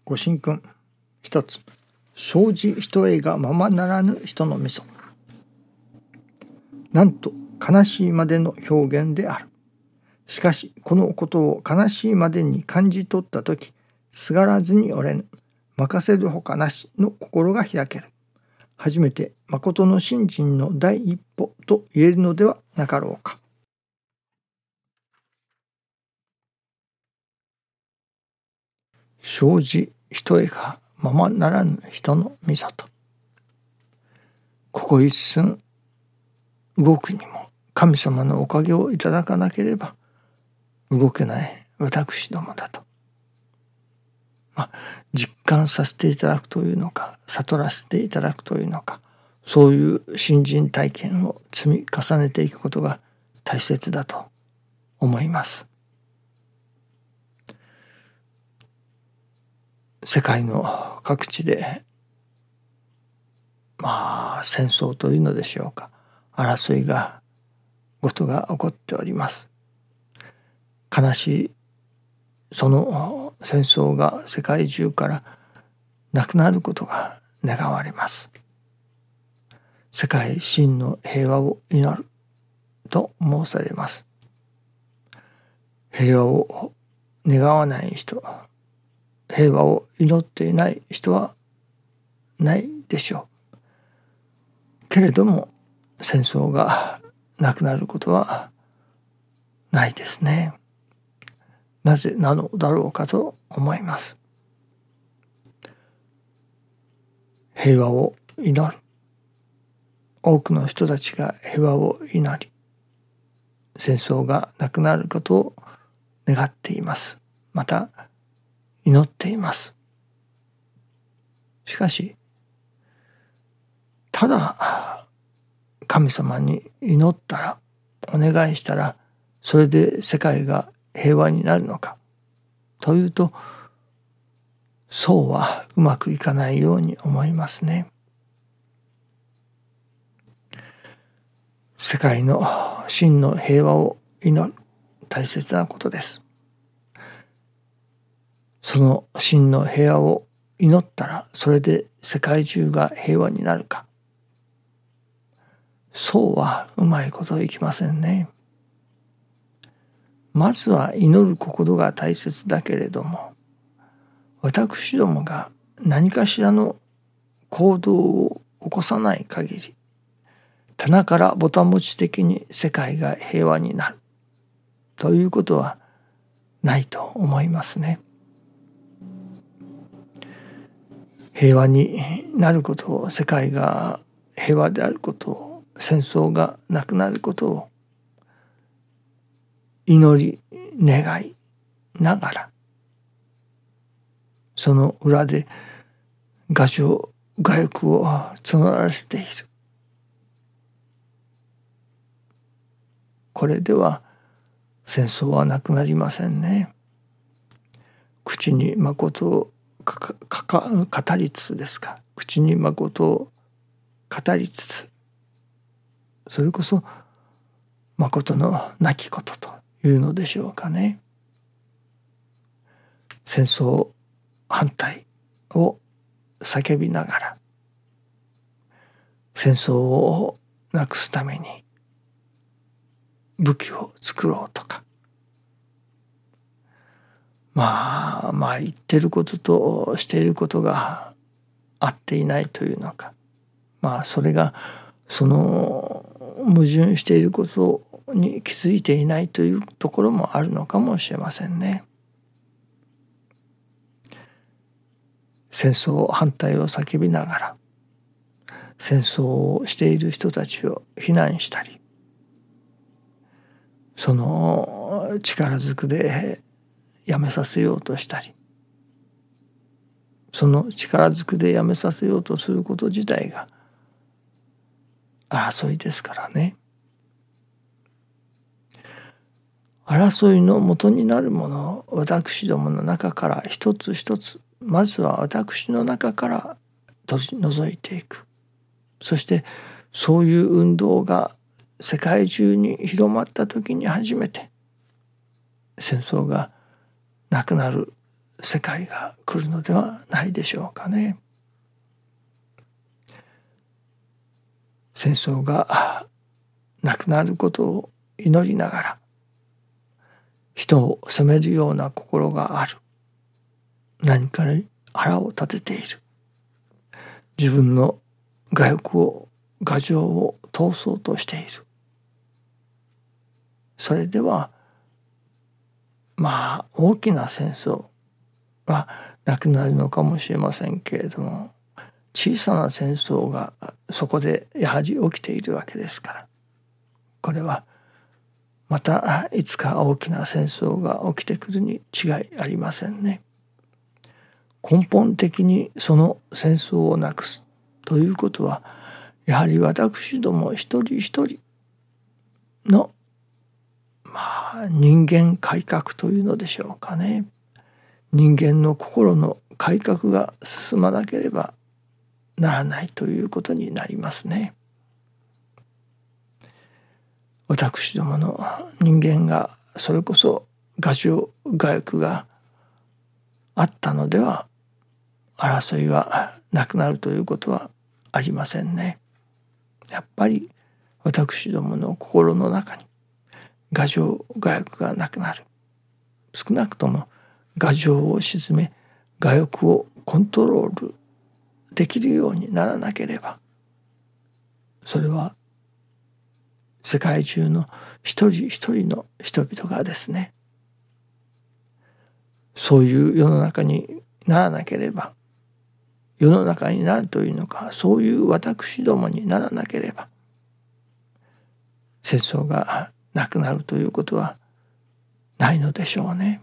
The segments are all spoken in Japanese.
ご神君。一つ、生じ一重がままならぬ人のみそ。なんと悲しいまでの表現である。しかしこのことを悲しいまでに感じ取ったとき、すがらずに折れぬ、任せるほかなしの心が開ける。初めて誠の信心の第一歩と言えるのではなかろうか。生じ一重がままならぬ人のみそと。ここ一寸動くにも神様のおかげをいただかなければ動けない私どもだと、実感させていただくというのか、悟らせていただくというのか、そういう信心体験を積み重ねていくことが大切だと思います。世界の各地で戦争というのでしょうか、争いが事が起こっております。悲しいその戦争が世界中からなくなることが願われます。世界真の平和を祈ると申されます。平和を願わない人、平和を祈っていない人はないでしょう。けれども戦争がなくなることはないですね。なぜなのだろうかと思います。平和を祈る。多くの人たちが平和を祈り、戦争がなくなることを願っています。また祈っています。しかし、ただ神様に祈ったら、お願いしたら、それで世界が平和になるのかというと、そうはうまくいかないように思いますね。世界の真の平和を祈る、大切なことです。その真の平和を祈ったら、それで世界中が平和になるか。そうはうまいこといきませんね。まずは祈る心が大切だけれども、私どもが何かしらの行動を起こさない限り、棚からぼたもち的に世界が平和になるということはないと思いますね。平和になることを、世界が平和であることを、戦争がなくなることを祈り願いながら、その裏で我情我欲を募らせている。これでは戦争はなくなりませんね。口に誠を語りつつですか。口に誠を語りつつ、それこそ誠のなきことというのでしょうかね。戦争反対を叫びながら、戦争をなくすために武器を作ろうとか、言ってることとしていることが合っていないというのか、それがその矛盾していることに気づいていないというところもあるのかもしれませんね。戦争反対を叫びながら、戦争をしている人たちを非難したり、その力ずくでやめさせようとしたり、その力ずくでやめさせようとすること自体が争いですからね。争いの元になるものを私どもの中から一つ一つ、まずは私の中から取り除いていく。そしてそういう運動が世界中に広まった時に初めて戦争がなくなる世界が来るのではないでしょうかね。戦争がなくなることを祈りながら、人を責めるような心がある、何かに腹を立てている、自分の我欲を我情を通そうとしている、それでは大きな戦争はなくなるのかもしれませんけれども、小さな戦争がそこでやはり起きているわけですから、これはまたいつか大きな戦争が起きてくるに違いありませんね。根本的にその戦争をなくすということは、やはり私ども一人一人の人間改革というのでしょうかね。人間の心の改革が進まなければならないということになりますね。私どもの人間がそれこそ我情我欲があったのでは、争いはなくなるということはありませんね。やっぱり私どもの心の中に我情我欲がなくなる。少なくとも我情を鎮め、我欲をコントロールできるようにならなければ、それは世界中の一人一人の人々がですね、そういう世の中にならなければ、世の中になるというのか、そういう私どもにならなければ、戦争がなくなるということはないのでしょうね。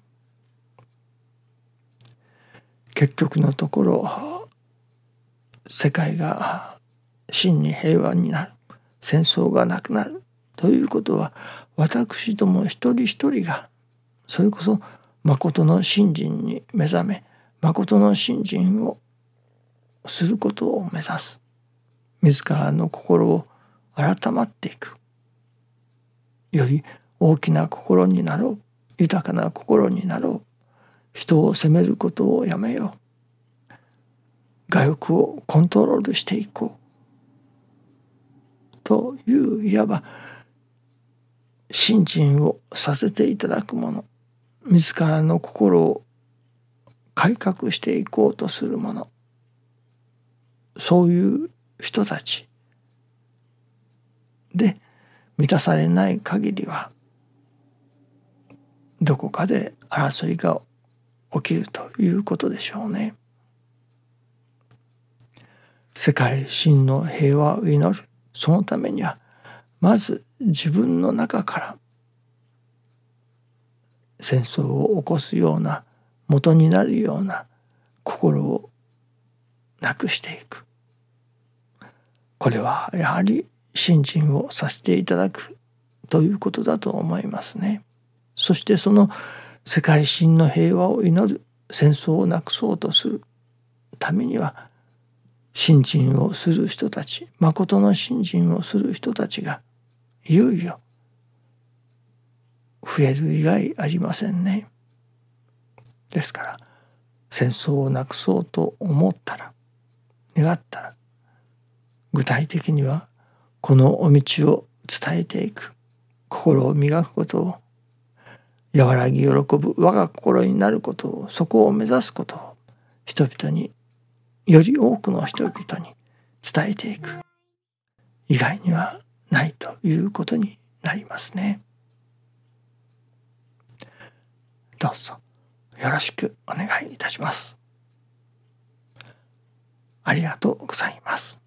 結局のところ、世界が真に平和になる、戦争がなくなるということは、私ども一人一人がそれこそ誠の信心に目覚め、誠の信心をすることを目指す、自らの心を改まっていく、より大きな心になろう、豊かな心になろう、人を責めることをやめよう、我欲をコントロールしていこうといういわば信心をさせていただくもの、自らの心を改革していこうとするもの、そういう人たちで満たされない限りは、どこかで争いが起きるということでしょうね。世界真の平和を祈る、そのためにはまず自分の中から戦争を起こすような、元になるような心をなくしていく。これはやはり信心をさせていただくということだと思いますね。そしてその世界真の平和を祈る、戦争をなくそうとするためには、信心をする人たち、誠の信心をする人たちがいよいよ増える以外ありませんね。ですから戦争をなくそうと思ったら、願ったら、具体的にはこのお道を伝えていく、心を磨くことを、和らぎ喜ぶ我が心になることを、そこを目指すことを、人々に、より多くの人々に伝えていく以外にはないということになりますね。どうぞよろしくお願いいたします。ありがとうございます。